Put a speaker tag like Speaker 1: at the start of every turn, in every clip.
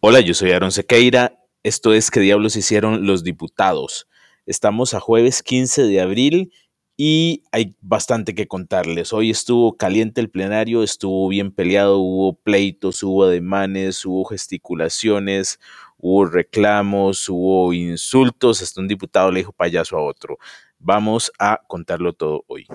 Speaker 1: Hola, yo soy Aaron Sequeira. Esto es ¿Qué diablos hicieron los diputados? Estamos a jueves 15 de abril y hay bastante que contarles. Hoy estuvo caliente el plenario, estuvo bien peleado, hubo pleitos, hubo ademanes, hubo gesticulaciones, hubo reclamos, hubo insultos, hasta un diputado le dijo payaso a otro. Vamos a contarlo todo hoy.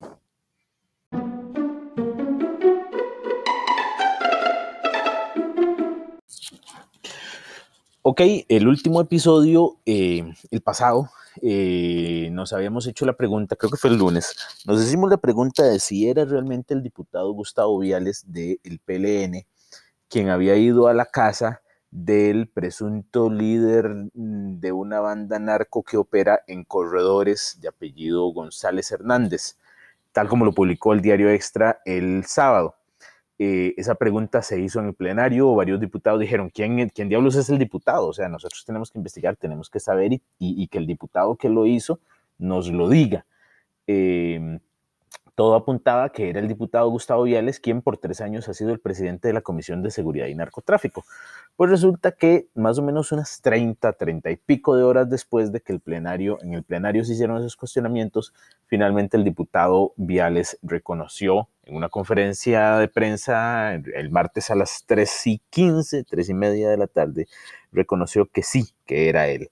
Speaker 1: Ok, el último episodio, el pasado, nos habíamos hecho la pregunta, creo que fue el lunes, nos hicimos la pregunta de si era realmente el diputado Gustavo Viales del PLN quien había ido a la casa del presunto líder de una banda narco que opera en corredores de apellido González Hernández, tal como lo publicó el diario Extra el sábado. Esa pregunta se hizo en el plenario, varios diputados dijeron, ¿quién diablos es el diputado? O sea, nosotros tenemos que investigar, tenemos que saber y que el diputado que lo hizo nos lo diga. Todo apuntaba que era el diputado Gustavo Viales, quien por 3 años ha sido el presidente de la Comisión de Seguridad y Narcotráfico. Pues resulta que más o menos unas 30 y pico de horas después de que en el plenario se hicieron esos cuestionamientos, finalmente el diputado Viales reconoció en una conferencia de prensa el martes a las 3:15, 3:30 de la tarde, reconoció que sí, que era él.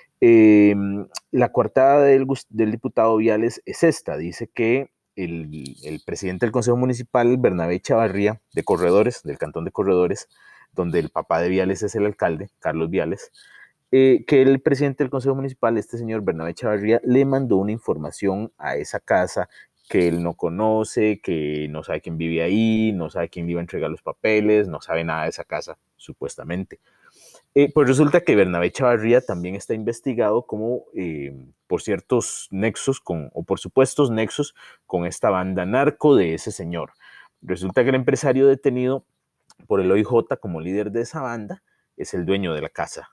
Speaker 1: La coartada del diputado Viales es esta, dice que el presidente del Consejo Municipal, Bernabé Chavarría, de Corredores, del Cantón de Corredores, donde el papá de Viales es el alcalde, Carlos Viales, que el presidente del Consejo Municipal, este señor Bernabé Chavarría, le mandó una información a esa casa que él no conoce, que no sabe quién vive ahí, no sabe quién le iba a entregar los papeles, no sabe nada de esa casa, supuestamente. Pues resulta que Bernabé Chavarría también está investigado como por ciertos nexos o por supuestos nexos con esta banda narco de ese señor. Resulta que el empresario detenido por el OIJ como líder de esa banda es el dueño de la casa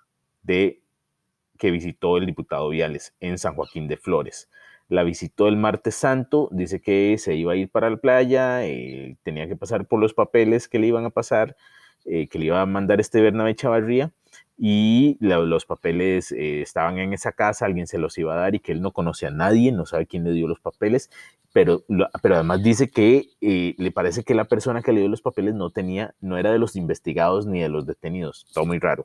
Speaker 1: que visitó el diputado Viales en San Joaquín de Flores. La visitó el martes santo, dice que se iba a ir para la playa, tenía que pasar por los papeles que le iban a pasar, que le iba a mandar este Bernabé Chavarría, y los papeles estaban en esa casa, alguien se los iba a dar y que él no conoce a nadie, no sabe quién le dio los papeles, pero además dice que le parece que la persona que le dio los papeles no era de los investigados ni de los detenidos, todo muy raro.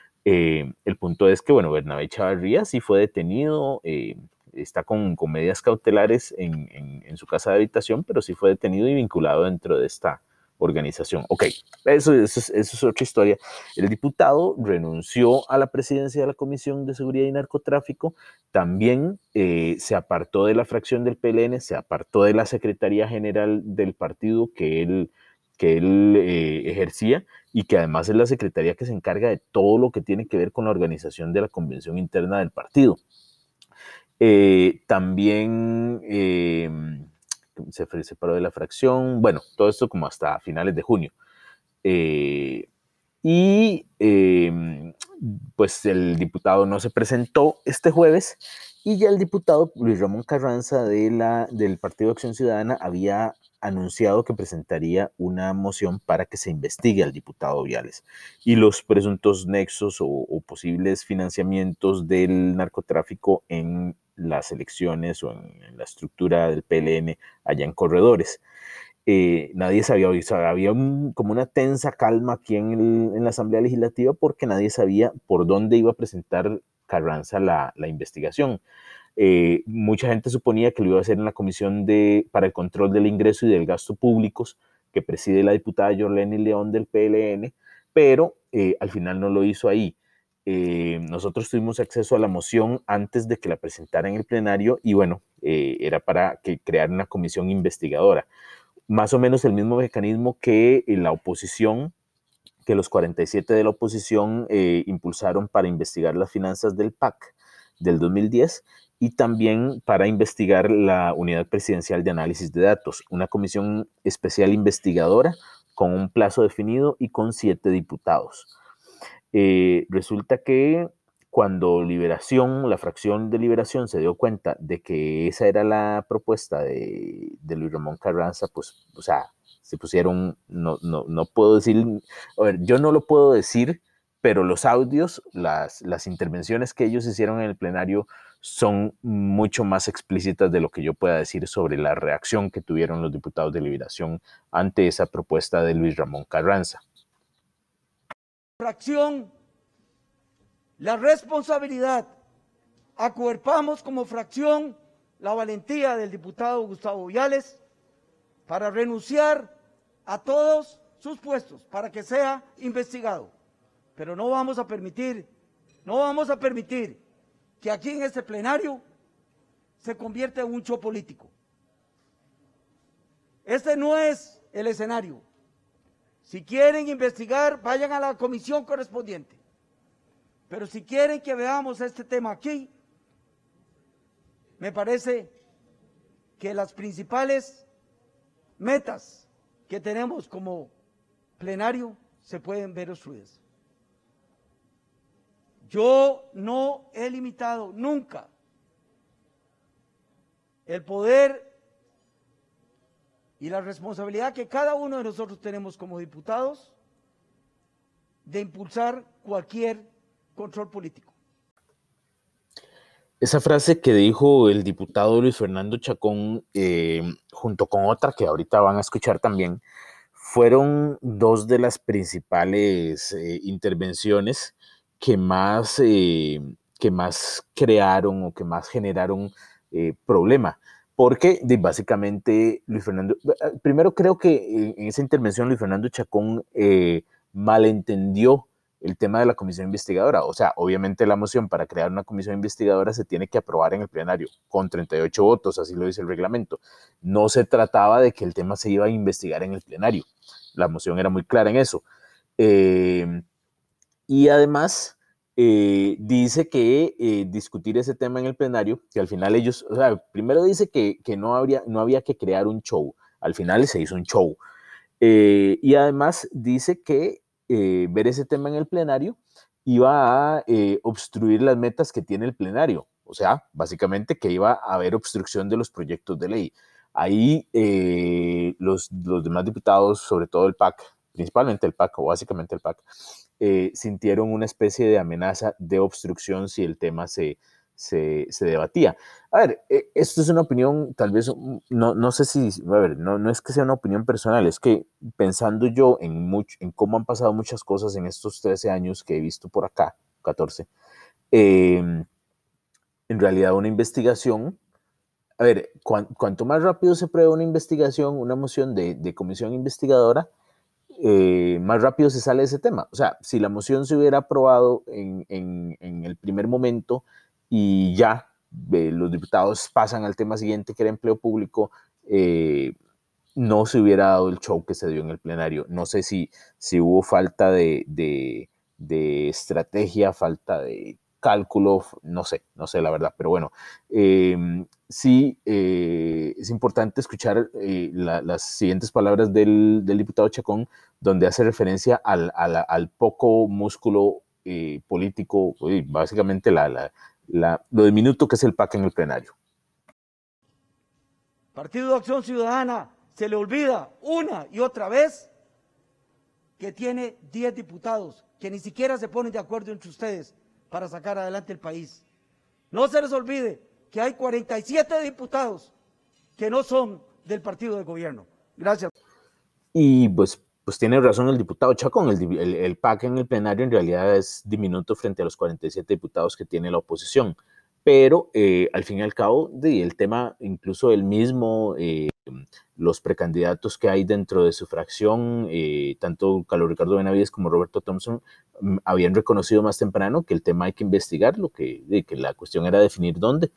Speaker 1: El punto es que, bueno, Bernabé Chavarría sí fue detenido, está con medidas cautelares en su casa de habitación, pero sí fue detenido y vinculado dentro de esta organización. Ok, eso es otra historia. El diputado renunció a la presidencia de la Comisión de Seguridad y Narcotráfico, también se apartó de la fracción del PLN, se apartó de la Secretaría General del partido que él ejercía, y que además es la secretaría que se encarga de todo lo que tiene que ver con la organización de la convención interna del partido. También se separó de la fracción, bueno, todo esto como hasta finales de junio. Eh, y pues el diputado no se presentó este jueves y ya el diputado Luis Ramón Carranza del Partido de Acción Ciudadana había anunciado que presentaría una moción para que se investigue al diputado Viales y los presuntos nexos o posibles financiamientos del narcotráfico en las elecciones o en la estructura del PLN allá en Corredores. Nadie sabía, había como una tensa calma aquí en la Asamblea Legislativa porque nadie sabía por dónde iba a presentar Carranza la investigación. Mucha gente suponía que lo iba a hacer en la Comisión para el Control del Ingreso y del Gasto Públicos, que preside la diputada Yorleni León del PLN, pero al final no lo hizo ahí. Nosotros tuvimos acceso a la moción antes de que la presentara en el plenario y bueno, era para crear una comisión investigadora. Más o menos el mismo mecanismo que la oposición, que los 47 de la oposición impulsaron para investigar las finanzas del PAC del 2010 y también para investigar la Unidad Presidencial de Análisis de Datos, una comisión especial investigadora con un plazo definido y con 7 diputados. Resulta que cuando la fracción de Liberación se dio cuenta de que esa era la propuesta de Luis Ramón Carranza, pues, o sea, se pusieron, no puedo decir, a ver, yo no lo puedo decir, pero los audios, las intervenciones que ellos hicieron en el plenario son mucho más explícitas de lo que yo pueda decir sobre la reacción que tuvieron los diputados de Liberación ante esa propuesta de Luis Ramón Carranza.
Speaker 2: Fracción, la responsabilidad, acuerpamos como fracción la valentía del diputado Gustavo Viales para renunciar a todos sus puestos para que sea investigado. Pero no vamos a permitir que aquí en este plenario se convierta en un show político. Este no es el escenario. Si quieren investigar, vayan a la comisión correspondiente. Pero si quieren que veamos este tema aquí, me parece que las principales metas que tenemos como plenario se pueden ver obstruidas. Yo no he limitado nunca el poder y la responsabilidad que cada uno de nosotros tenemos como diputados de impulsar cualquier control político.
Speaker 1: Esa frase que dijo el diputado Luis Fernando Chacón, junto con otra que ahorita van a escuchar también, fueron dos de las principales intervenciones que más crearon o que más generaron problema. Porque básicamente Luis Fernando, primero creo que en esa intervención Luis Fernando Chacón malentendió el tema de la comisión investigadora. O sea, obviamente la moción para crear una comisión investigadora se tiene que aprobar en el plenario con 38 votos, así lo dice el reglamento. No se trataba de que el tema se iba a investigar en el plenario. La moción era muy clara en eso. Y además dice que discutir ese tema en el plenario, que al final ellos, o sea, primero dice que no había que crear un show, al final se hizo un show. Y además dice que ver ese tema en el plenario iba a obstruir las metas que tiene el plenario. O sea, básicamente que iba a haber obstrucción de los proyectos de ley. Ahí los demás diputados, sobre todo el PAC, principalmente el PAC o básicamente el PAC, sintieron una especie de amenaza de obstrucción si el tema se debatía. A ver, esto es una opinión, tal vez, no sé si, a ver, no es que sea una opinión personal, es que pensando yo en cómo han pasado muchas cosas en estos 13 años que he visto por acá, 14, en realidad una investigación, a ver, cuanto más rápido se prueba una investigación, una moción de comisión investigadora, más rápido se sale de ese tema. O sea, si la moción se hubiera aprobado en el primer momento y ya los diputados pasan al tema siguiente, que era empleo público, no se hubiera dado el show que se dio en el plenario. No sé si hubo falta de estrategia, falta de cálculo, no sé la verdad, pero bueno, sí es importante escuchar las siguientes palabras del diputado Chacón, donde hace referencia al poco músculo político, básicamente lo diminuto que es el PAC en el plenario.
Speaker 2: Partido de Acción Ciudadana se le olvida una y otra vez que tiene 10 diputados, que ni siquiera se ponen de acuerdo entre ustedes para sacar adelante el país. No se les olvide que hay 47 diputados que no son del partido de gobierno. Gracias.
Speaker 1: Y pues tiene razón el diputado Chacón, el PAC en el plenario en realidad es diminuto frente a los 47 diputados que tiene la oposición, pero al fin y al cabo el tema, incluso el mismo, los precandidatos que hay dentro de su fracción, tanto Carlos Ricardo Benavides como Roberto Thompson, habían reconocido más temprano que el tema hay que investigarlo, que la cuestión era definir dónde.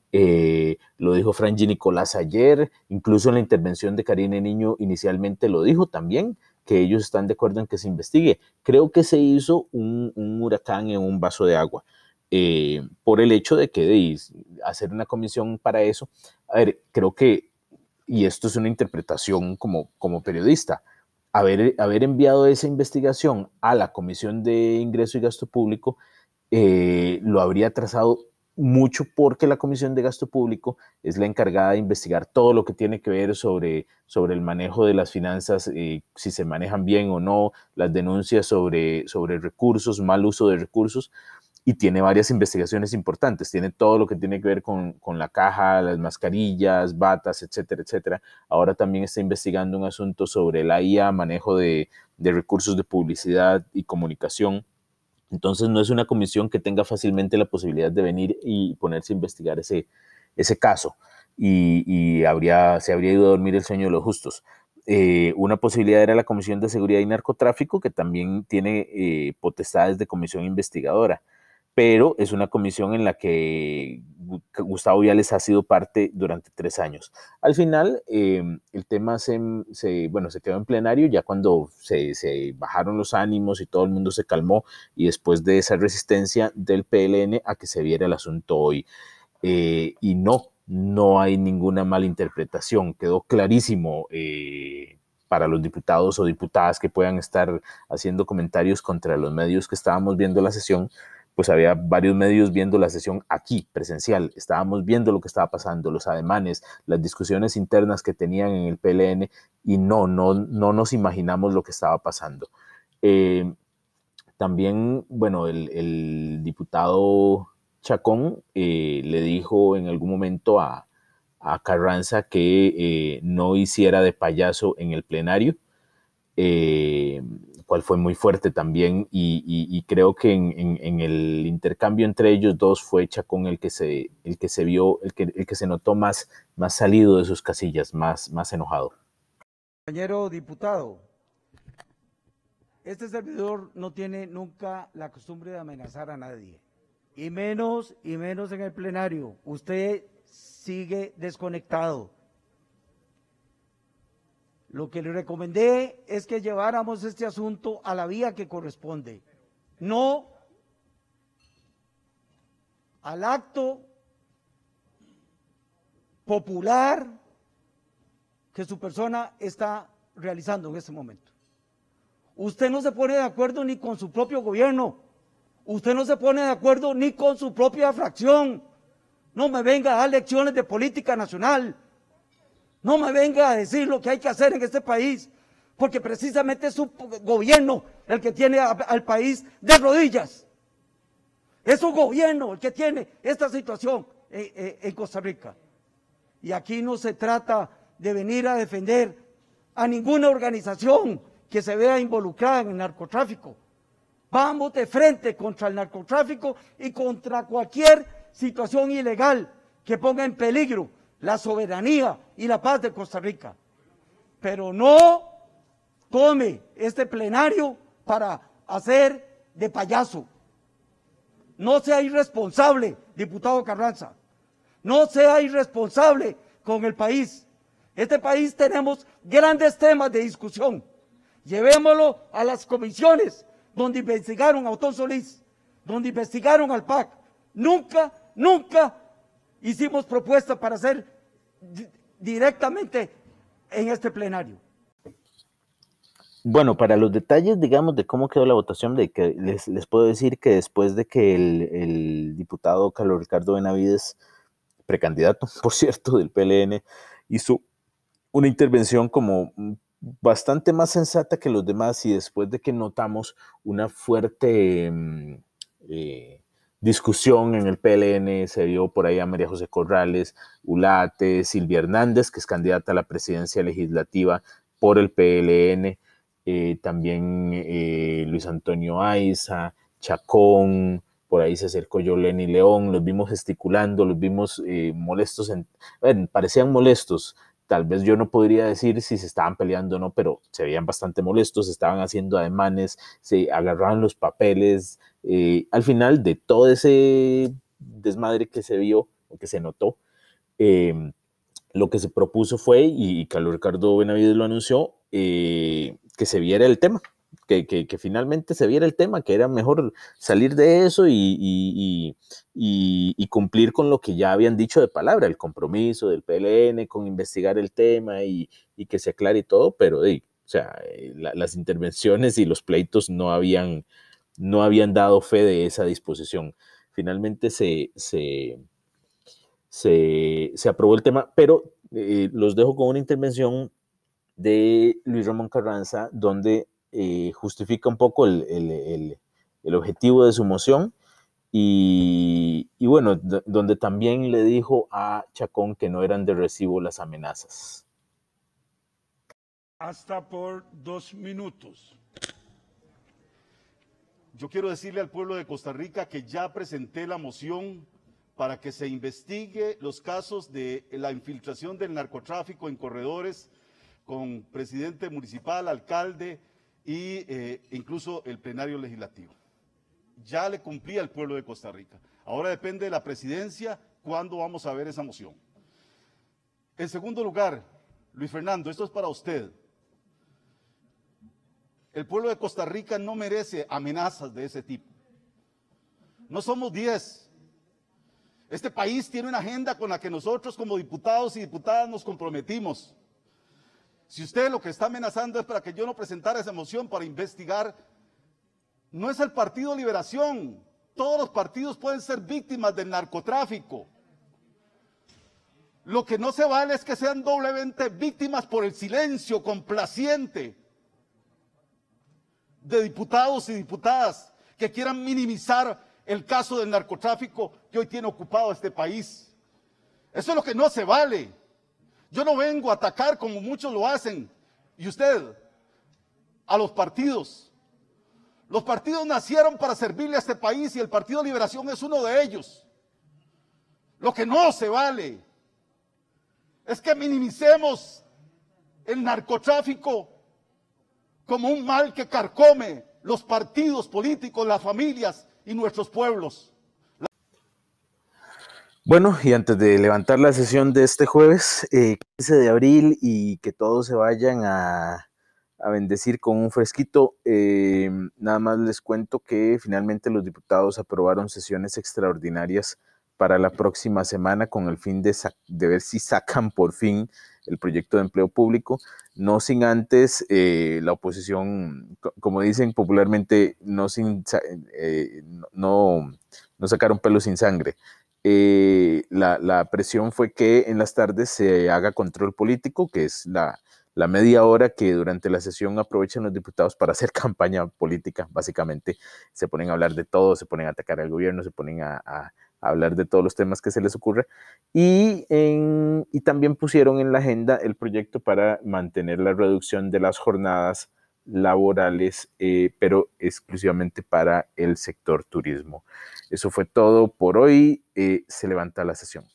Speaker 1: Lo dijo Franji Nicolás ayer, incluso en la intervención de Karine Niño inicialmente lo dijo también, que ellos están de acuerdo en que se investigue. Creo que se hizo un huracán en un vaso de agua, por el hecho de que hacer una comisión para eso, a ver, creo que, y esto es una interpretación como periodista, haber enviado esa investigación a la Comisión de Ingreso y Gasto Público lo habría trazado mucho porque la Comisión de Gasto Público es la encargada de investigar todo lo que tiene que ver sobre el manejo de las finanzas, si se manejan bien o no, las denuncias sobre recursos, mal uso de recursos, y tiene varias investigaciones importantes. Tiene todo lo que tiene que ver con la caja, las mascarillas, batas, etcétera, etcétera. Ahora también está investigando un asunto sobre la IA, manejo de recursos de publicidad y comunicación. Entonces no es una comisión que tenga fácilmente la posibilidad de venir y ponerse a investigar ese caso, y se habría ido a dormir el sueño de los justos. Una posibilidad era la Comisión de Seguridad y Narcotráfico, que también tiene potestades de comisión investigadora, pero es una comisión en la que Gustavo Viales ha sido parte durante 3 años. Al final, el tema se quedó en plenario ya cuando se bajaron los ánimos y todo el mundo se calmó, y después de esa resistencia del PLN a que se viera el asunto hoy. Y no hay ninguna mala interpretación, quedó clarísimo para los diputados o diputadas que puedan estar haciendo comentarios contra los medios que estábamos viendo la sesión. Pues había varios medios viendo la sesión aquí, presencial. Estábamos viendo lo que estaba pasando, los ademanes, las discusiones internas que tenían en el PLN, y no nos imaginamos lo que estaba pasando. También, bueno, el diputado Chacón le dijo en algún momento a Carranza que no hiciera de payaso en el plenario, cual fue muy fuerte también, y creo que en el intercambio entre ellos dos fue Chacón el que se vio, el que se notó más salido de sus casillas, más enojado.
Speaker 2: Compañero diputado, este servidor no tiene nunca la costumbre de amenazar a nadie, y menos en el plenario. Usted sigue desconectado. Lo que le recomendé es que lleváramos este asunto a la vía que corresponde, no al acto popular que su persona está realizando en este momento. Usted no se pone de acuerdo ni con su propio gobierno, usted no se pone de acuerdo ni con su propia fracción. No me venga a dar lecciones de política nacional. No me venga a decir lo que hay que hacer en este país, porque precisamente es su gobierno el que tiene al país de rodillas. Es su gobierno el que tiene esta situación en Costa Rica. Y aquí no se trata de venir a defender a ninguna organización que se vea involucrada en el narcotráfico. Vamos de frente contra el narcotráfico y contra cualquier situación ilegal que ponga en peligro la soberanía y la paz de Costa Rica. Pero no tome este plenario para hacer de payaso. No sea irresponsable, diputado Carranza. No sea irresponsable con el país. Este país tenemos grandes temas de discusión. Llevémoslo a las comisiones donde investigaron a Otón Solís, donde investigaron al PAC. Nunca hicimos propuestas para hacer directamente en este plenario.
Speaker 1: Bueno, para los detalles, digamos, de cómo quedó la votación, de que les puedo decir que después de que el diputado Carlos Ricardo Benavides, precandidato, por cierto, del PLN, hizo una intervención como bastante más sensata que los demás, y después de que notamos una fuerte discusión en el PLN, se vio por ahí a María José Corrales, Ulate, Silvia Hernández, que es candidata a la presidencia legislativa por el PLN, también Luis Antonio Aiza, Chacón, por ahí se acercó Yoleni León, los vimos gesticulando, los vimos molestos, parecían molestos. Tal vez yo no podría decir si se estaban peleando o no, pero se veían bastante molestos, estaban haciendo ademanes, se agarraban los papeles. Al final de todo ese desmadre que se vio o que se notó, lo que se propuso fue, y Carlos Ricardo Benavides lo anunció, que se viera el tema, que finalmente se viera el tema, que era mejor salir de eso y cumplir con lo que ya habían dicho de palabra, el compromiso del PLN con investigar el tema y que se aclare todo, pero o sea, las intervenciones y los pleitos no habían dado fe de esa disposición. finalmente se aprobó el tema, pero los dejo con una intervención de Luis Ramón Carranza, donde justifica un poco el objetivo de su moción y bueno, donde también le dijo a Chacón que no eran de recibo las amenazas.
Speaker 3: Hasta por 2 minutos. Yo quiero decirle al pueblo de Costa Rica que ya presenté la moción para que se investigue los casos de la infiltración del narcotráfico en corredores con presidente municipal, alcalde e incluso el plenario legislativo. Ya le cumplí al pueblo de Costa Rica. Ahora depende de la presidencia cuándo vamos a ver esa moción. En segundo lugar, Luis Fernando, esto es para usted. El pueblo de Costa Rica no merece amenazas de ese tipo. No somos 10. Este país tiene una agenda con la que nosotros como diputados y diputadas nos comprometimos. Si usted lo que está amenazando es para que yo no presentara esa moción para investigar, no es el Partido Liberación. Todos los partidos pueden ser víctimas del narcotráfico. Lo que no se vale es que sean doblemente víctimas por el silencio complaciente de diputados y diputadas que quieran minimizar el caso del narcotráfico que hoy tiene ocupado este país. Eso es lo que no se vale. Yo no vengo a atacar como muchos lo hacen, y usted, a los partidos. Los partidos nacieron para servirle a este país y el Partido Liberación es uno de ellos. Lo que no se vale es que minimicemos el narcotráfico como un mal que carcome los partidos políticos, las familias y nuestros pueblos.
Speaker 1: Bueno, y antes de levantar la sesión de este jueves, 15 de abril, y que todos se vayan a bendecir con un fresquito, nada más les cuento que finalmente los diputados aprobaron sesiones extraordinarias para la próxima semana con el fin de ver si sacan por fin el proyecto de empleo público, no sin antes la oposición, como dicen popularmente, no sacaron pelo sin sangre. La presión fue que en las tardes se haga control político, que es la media hora que durante la sesión aprovechan los diputados para hacer campaña política. Básicamente se ponen a hablar de todo, se ponen a atacar al gobierno, se ponen a hablar de todos los temas que se les ocurra, y también pusieron en la agenda el proyecto para mantener la reducción de las jornadas laborales, pero exclusivamente para el sector turismo. Eso fue todo por hoy. Se levanta la sesión.